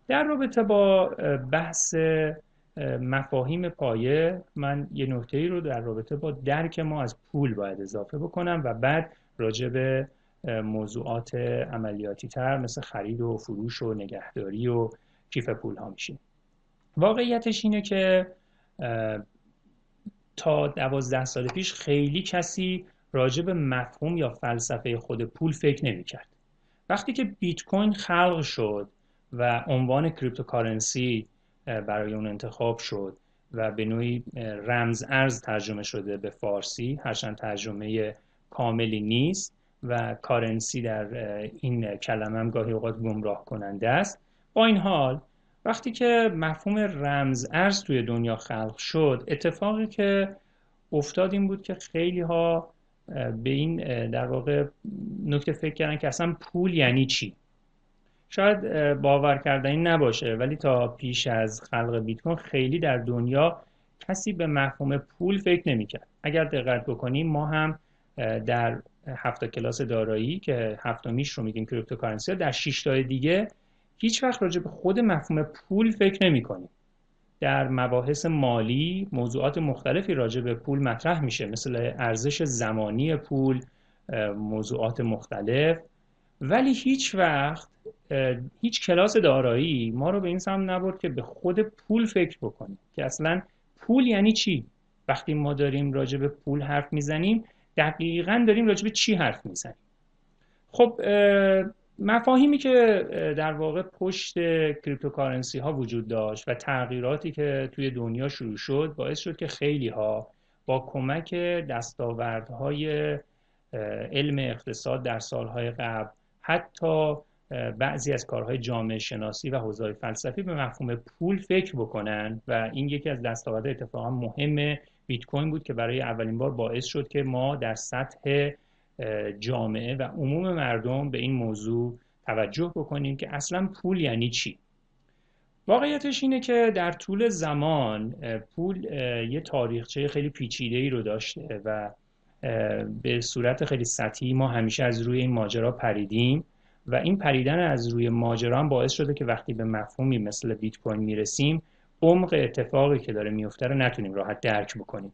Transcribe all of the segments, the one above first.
در رابطه با بحث مفاهیم پایه، من یه نکته‌ای رو در رابطه با درک ما از پول باید اضافه بکنم و بعد راجع به موضوعات عملیاتی تر مثل خرید و فروش و نگهداری و کیف پول ها میشیم. واقعیتش اینه که تا 12 سال پیش خیلی کسی راجع به مفهوم یا فلسفه خود پول فکر نمی‌کرد. وقتی که بیت کوین خلق شد و عنوان کریپتوکارنسی برای اون انتخاب شد و به نوعی رمز ارز ترجمه شده به فارسی، هرچند ترجمه کاملی نیست و کارنسی در این کلمه هم گاهی اوقات گمراه کننده است. با این حال وقتی که مفهوم رمز ارز توی دنیا خلق شد، اتفاقی که افتاد این بود که خیلی ها به این در واقع نکته فکر کردن که اصلا پول یعنی چی. شاید باور کردنی نباشه، ولی تا پیش از خلق بیت کوین خیلی در دنیا کسی به مفهوم پول فکر نمی‌کرد. اگر دقت بکنیم ما هم در 7 کلاس دارایی که هفتمیش رو میگیم کریپتوکارنسی، در 6 تای دیگه هیچ وقت راجع به خود مفهوم پول فکر نمی‌کنیم. در مباحث مالی موضوعات مختلفی راجع به پول مطرح میشه، مثل ارزش زمانی پول، موضوعات مختلف، ولی هیچ وقت هیچ کلاس دارایی ما رو به این سمت نبرد که به خود پول فکر بکنیم که اصلا پول یعنی چی. وقتی ما داریم راجع به پول حرف میزنیم دقیقاً داریم راجع به چی حرف میزنیم. خب مفاهیمی که در واقع پشت کریپتوکارنسی ها وجود داشت و تغییراتی که توی دنیا شروع شد باعث شد که خیلی ها با کمک دستاوردهای علم اقتصاد در سالهای قبل، حتی بعضی از کارهای جامعه شناسی و حوزه‌های فلسفی، به مفهوم پول فکر بکنن و این یکی از دستاوردهای اتفاقا مهم بیت کوین بود که برای اولین بار باعث شد که ما در سطح جامعه و عموم مردم به این موضوع توجه بکنیم که اصلا پول یعنی چی. واقعیتش اینه که در طول زمان پول یه تاریخچه خیلی پیچیده‌ای رو داشته و به صورت خیلی سطحی ما همیشه از روی این ماجرا پریدیم و این پریدن از روی ماجرا هم باعث شده که وقتی به مفهومی مثل بیت کوین میرسیم عمق اتفاقی که داره میفته رو نتونیم راحت درک بکنیم.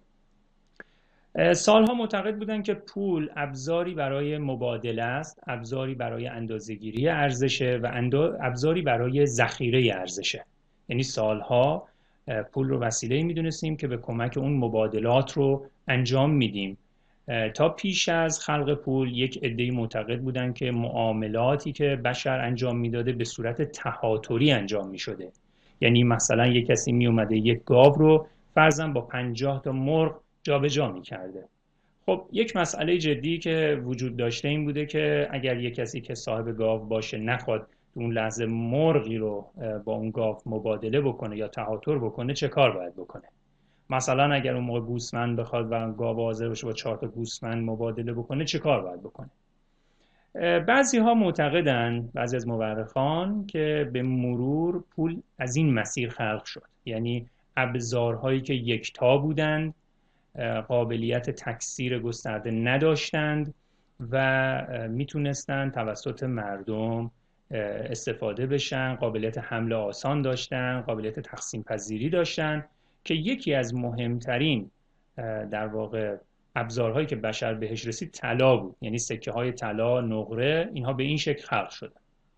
سالها معتقد بودن که پول ابزاری برای مبادله است، ابزاری برای اندازه‌گیری ارزشه و ابزاری برای ذخیره ارزشه. یعنی سالها پول رو وسیله‌ای میدونستیم که به کمک اون مبادلات رو انجام میدیم. تا پیش از خلق پول یک عده‌ای معتقد بودن که معاملاتی که بشر انجام میداده به صورت تهاتری انجام میشده. یعنی مثلا یک کسی می اومده یک گاو رو فرضاً با 50 تا مرغ جابجا می‌کرده. خب یک مسئله جدی که وجود داشته این بوده که اگر یک کسی که صاحب گاو باشه نخواد اون لحظه مرغی رو با اون گاو مبادله بکنه یا تهاتر بکنه، چه کار باید بکنه؟ مثلا اگر اون موقع گوسفند بخواد و گاو حاضر باشه با 4 تا گوسفند مبادله بکنه، چه کار باید بکنه؟ بعضی ها معتقدن، بعضی از مورخان، که به مرور پول از این مسیر خلق شد. یعنی ابزارهایی که یکتا بودند، قابلیت تکثیر گسترده نداشتند و میتونستند توسط مردم استفاده بشن، قابلیت حمل آسان داشتن، قابلیت تقسیم پذیری داشتن، که یکی از مهمترین در واقع ابزارهایی که بشر بهش رسید طلا بود. یعنی سکه های طلا، نقره، اینها به این شکل خلق شدن.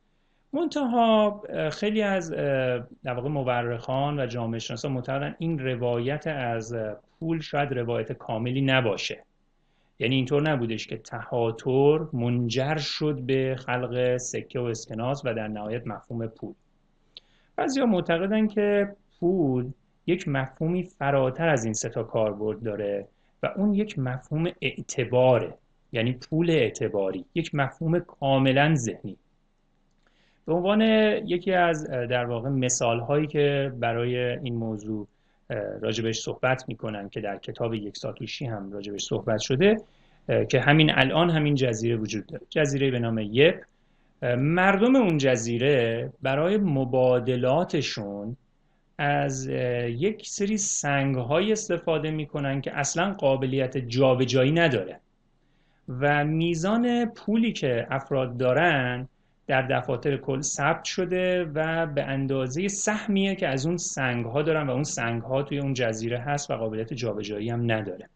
منتها خیلی از در واقع مورخان و جامعه شناسان معتقدن این روایت از پول شاید روایت کاملی نباشه. یعنی اینطور نبودش که تهاتر منجر شد به خلق سکه و اسکناس و در نهایت مفهوم پول. بعضیا معتقدن که پول یک مفهومی فراتر از این سه تا کاربرد داره و اون یک مفهوم اعتباره. یعنی پول اعتباری، یک مفهوم کاملا ذهنی. به عنوان یکی از در واقع مثال هایی که برای این موضوع راجبش صحبت میکنن که در کتاب یک ساتوشی هم راجبش صحبت شده، که همین الان همین جزیره وجود داره، جزیره به نام یپ. مردم اون جزیره برای مبادلاتشون از یک سری سنگ‌های استفاده میکنن که اصلا قابلیت جابجایی نداره و میزان پولی که افراد دارن در دفاتر کل ثبت شده و به اندازه سهمیه که از اون سنگ‌ها دارن و اون سنگ‌ها توی اون جزیره هست و قابلیت جابجایی هم نداره.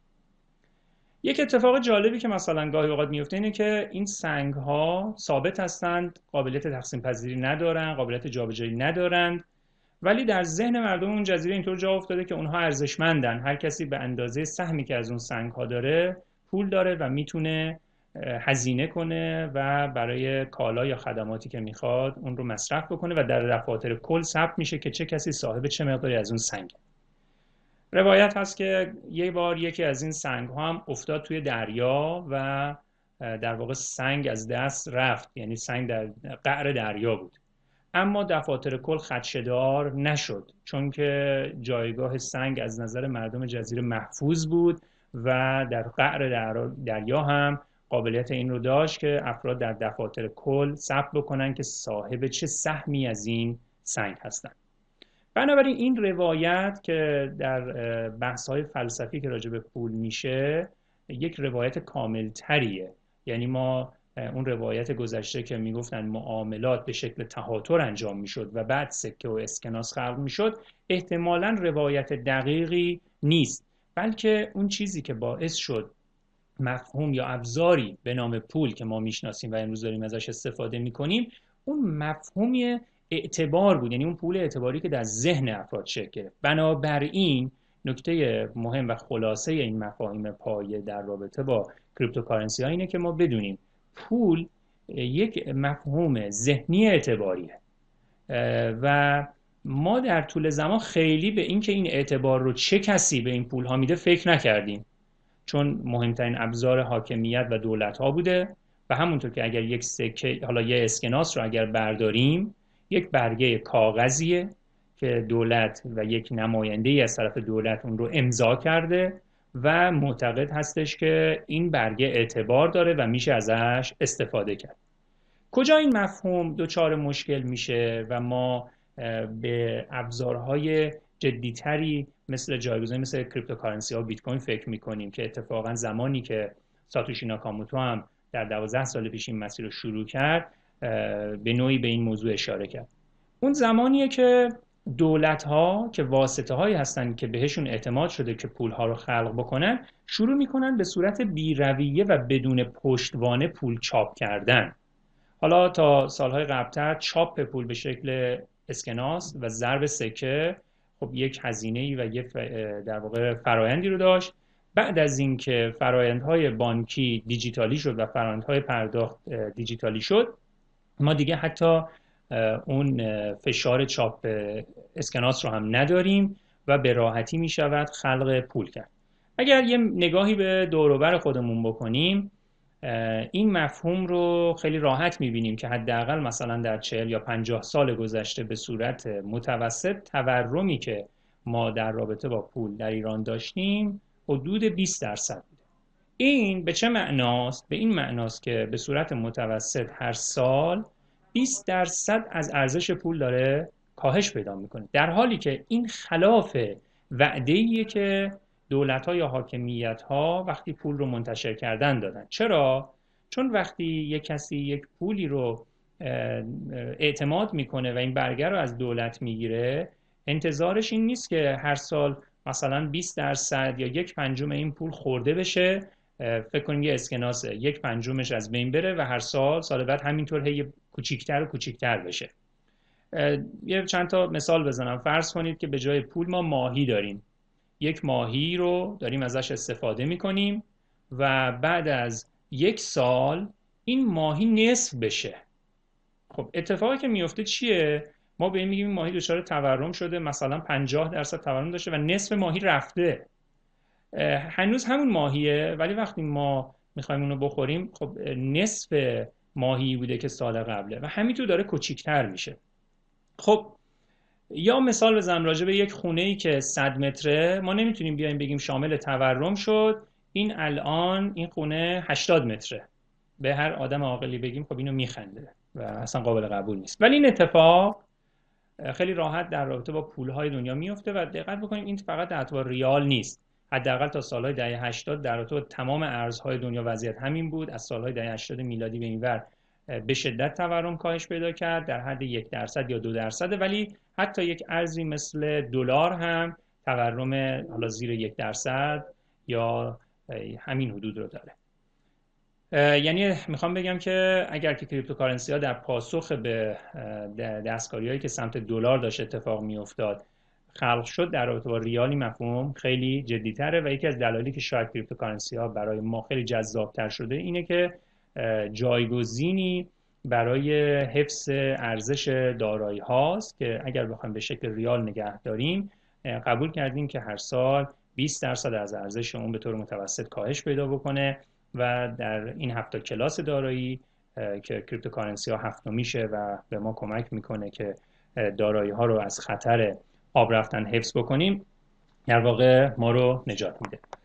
یک اتفاق جالبی که مثلا گاهی اوقات میفته اینه که این سنگ‌ها ثابت هستند، قابلیت تقسیم پذیری ندارن، قابلیت جابجایی ندارند، ولی در ذهن مردم اون جزیره اینطور جا افتاده که اونها ارزشمندن. هر کسی به اندازه سهمی که از اون سنگ‌ها داره پول داره و میتونه هزینه کنه و برای کالا یا خدماتی که میخواد اون رو مصرف بکنه و در دفاتر کل ثبت میشه که چه کسی صاحب چه مقداری از اون سنگ. روایت هست که یه بار یکی از این سنگ ها هم افتاد توی دریا و در واقع سنگ از دست رفت، یعنی سنگ در قعر دریا بود، اما دفاتر کل خدشه‌دار نشد چون که جایگاه سنگ از نظر مردم جزیره محفوظ بود و در قعر دریا هم قابلیت این رو داشت که افراد در دفاتر کل ثبت بکنن که صاحب چه سهمی از این سنگ هستند. بنابراین این روایت که در بحث‌های فلسفی که راجع به پول میشه یک روایت کاملتریه. یعنی ما اون روایت گذشته که میگفتن معاملات به شکل تهاتر انجام میشد و بعد سکه و اسکناس خلق میشد احتمالاً روایت دقیقی نیست، بلکه اون چیزی که باعث شد مفهوم یا ابزاری به نام پول که ما میشناسیم و امروز داریم ازش استفاده میکنیم اون مفهومی اعتبار بود، یعنی اون پول اعتباری که در ذهن افراد شکل گرفت. بنابراین نکته مهم و خلاصه این مفاهیم پایه در رابطه با کریپتوکارنسی ها اینه که ما بدونیم پول یک مفهوم ذهنی اعتباریه و ما در طول زمان خیلی به این که این اعتبار رو چه کسی به این پول ها میده فکر نکردیم، چون مهمترین ابزار حاکمیت و دولت ها بوده و همونطور که اگر یک سکه، حالا یه اسکناس رو اگر برداریم، یک برگه کاغذیه که دولت و یک نماینده‌ای از طرف دولت اون رو امضا کرده و معتقد هستش که این برگه اعتبار داره و میشه ازش استفاده کرد. کجا این مفهوم دچار مشکل میشه و ما به ابزارهای جدیتری مثل جایگزینی مثل کریپتوکارنسی ها و بیت کوین فکر میکنیم که اتفاقا زمانی که ساتوشی ناکاموتو هم در 12 سال پیش این مسیر رو شروع کرد به نوعی به این موضوع اشاره کرد. اون زمانیه که دولت ها که واسطه هایی هستن که بهشون اعتماد شده که پول ها رو خلق بکنن شروع میکنن به صورت بی‌رویه و بدون پشتوانه پول چاپ کردن. حالا تا سالهای قبلتر چاپ پول به شکل اسکناس و ضرب سکه خب یک هزینه‌ای و یک در واقع فرایندی رو داشت. بعد از اینکه فرایندهای بانکی دیجیتالی شد و فرایندهای پرداخت دیجیتالی شد ما دیگه حتی اون فشار چاپ اسکناس رو هم نداریم و به راحتی می شود خلق پول کرد. اگر یه نگاهی به دور و بر خودمون بکنیم این مفهوم رو خیلی راحت می‌بینیم که حداقل مثلا در 40 یا 50 سال گذشته به صورت متوسط تورمی که ما در رابطه با پول در ایران داشتیم حدود 20% بوده. این به چه معناست؟ به این معناست که به صورت متوسط هر سال 20% از ارزش پول داره کاهش پیدا میکنه، در حالی که این خلاف وعده‌ایه که دولت‌ها یا حاکمیت‌ها وقتی پول رو منتشر کردن دادن. چرا؟ چون وقتی یک کسی یک پولی رو اعتماد میکنه و این برگه رو از دولت میگیره انتظارش این نیست که هر سال مثلا 20% یا 1/5 این پول خورده بشه. فکر کنیم یه اسکناس 1/5 از بین بره و هر سال بعد همینطور هی کوچیکتر و کوچیکتر بشه. یه چند تا مثال بزنم. فرض کنید که به جای پول ما ماهی داریم، یک ماهی رو داریم ازش استفاده میکنیم و بعد از 1 سال این ماهی نصف بشه. خب اتفاقی که میفته چیه؟ ما به این میگیم ماهی دچار تورم شده، مثلا 50% تورم داشته و نصف ماهی رفته. هنوز همون ماهیه ولی وقتی ما میخوایم اونو بخوریم خب نصف ماهی بوده که سال قبله و همینطور داره کوچیکتر میشه. خب یا مثال بزنم راجع به یک خونه‌ای که 100 متره، ما نمیتونیم بیایم بگیم شامل تورم شد این الان این خونه 80 متره. به هر آدم عاقلی بگیم خب اینو میخنده و اصلا قابل قبول نیست. ولی این اتفاق خیلی راحت در رابطه با پول‌های دنیا میفته و دقت بکنیم این فقط در اعتبار ریال نیست. حداقل تا سالهای دهه 80 در رابطه با تمام ارزهای دنیا وضعیت همین بود. از سالهای دهه 80 میلادی به این ور به شدت تورم کاهش پیدا کرد، در حد 1% یا 2%، ولی حتی یک ارزی مثل دلار هم تورم حالا زیر 1% یا همین حدود رو داره. یعنی میخوام بگم که اگر که کریپتوکارنسی ها در پاسخ به دستکاری هایی که سمت دلار داشت اتفاق میافتاد خلق شد، در رابطه با ریالی مفهوم خیلی جدی‌تره و یکی از دلایلی که شاید کریپتوکارنسی ها برای ما خیلی جذاب‌تر شده اینه که جایگزینی برای حفظ ارزش دارایی هاست که اگر بخوایم به شکل ریال نگه داریم، قبول کردیم که هر سال 20% از ارزش اون به طور متوسط کاهش پیدا بکنه و در این 7 کلاس دارایی که کریپتوکارنسی ها هفتمیشه و به ما کمک میکنه که دارایی ها رو از خطر آب رفتن حفظ بکنیم، در واقع ما رو نجات میده.